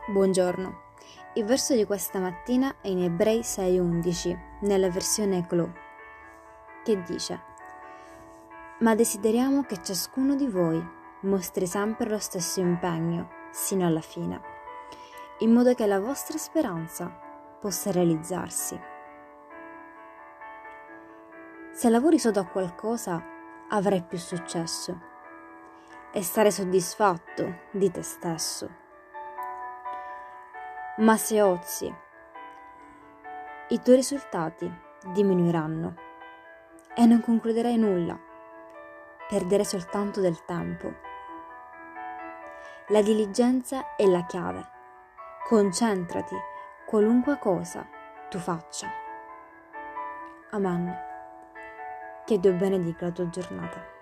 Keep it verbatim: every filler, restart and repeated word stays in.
Buongiorno. Il verso di questa mattina è in Ebrei sei undici, nella versione Clou, che dice: Ma desideriamo che ciascuno di voi mostri sempre lo stesso impegno sino alla fine, in modo che la vostra speranza possa realizzarsi. Se lavori sodo a qualcosa, avrai più successo e sarai soddisfatto di te stesso. Ma se ozi, i tuoi risultati diminuiranno e non concluderai nulla, perderai soltanto del tempo. La diligenza è la chiave. Concentrati qualunque cosa tu faccia. Amen. Che Dio benedica la tua giornata.